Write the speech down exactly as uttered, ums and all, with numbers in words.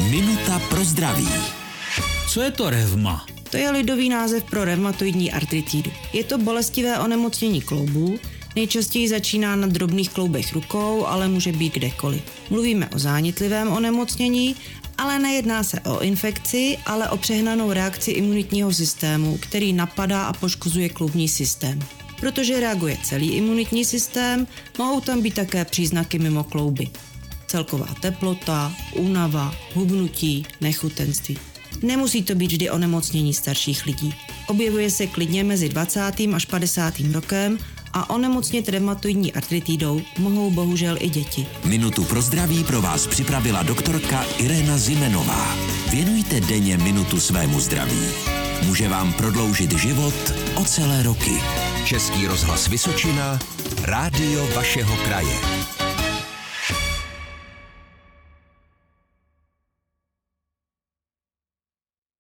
Minuta pro zdraví. Co je to revma? To je lidový název pro revmatoidní artritidu. Je to bolestivé onemocnění kloubů, nejčastěji začíná na drobných kloubech rukou, ale může být kdekoliv. Mluvíme o zánětlivém onemocnění, ale nejedná se o infekci, ale o přehnanou reakci imunitního systému, který napadá a poškozuje kloubní systém. Protože reaguje celý imunitní systém, mohou tam být také příznaky mimo klouby. Celková teplota, únava, hubnutí, nechutenství. Nemusí to být vždy onemocnění starších lidí. Objevuje se klidně mezi dvacátým až padesátým rokem a onemocnět revmatoidní artritidou mohou bohužel i děti. Minutu pro zdraví pro vás připravila doktorka Irena Zimenová. Věnujte denně minutu svému zdraví. Může vám prodloužit život o celé roky. Český rozhlas Vysočina, rádio vašeho kraje.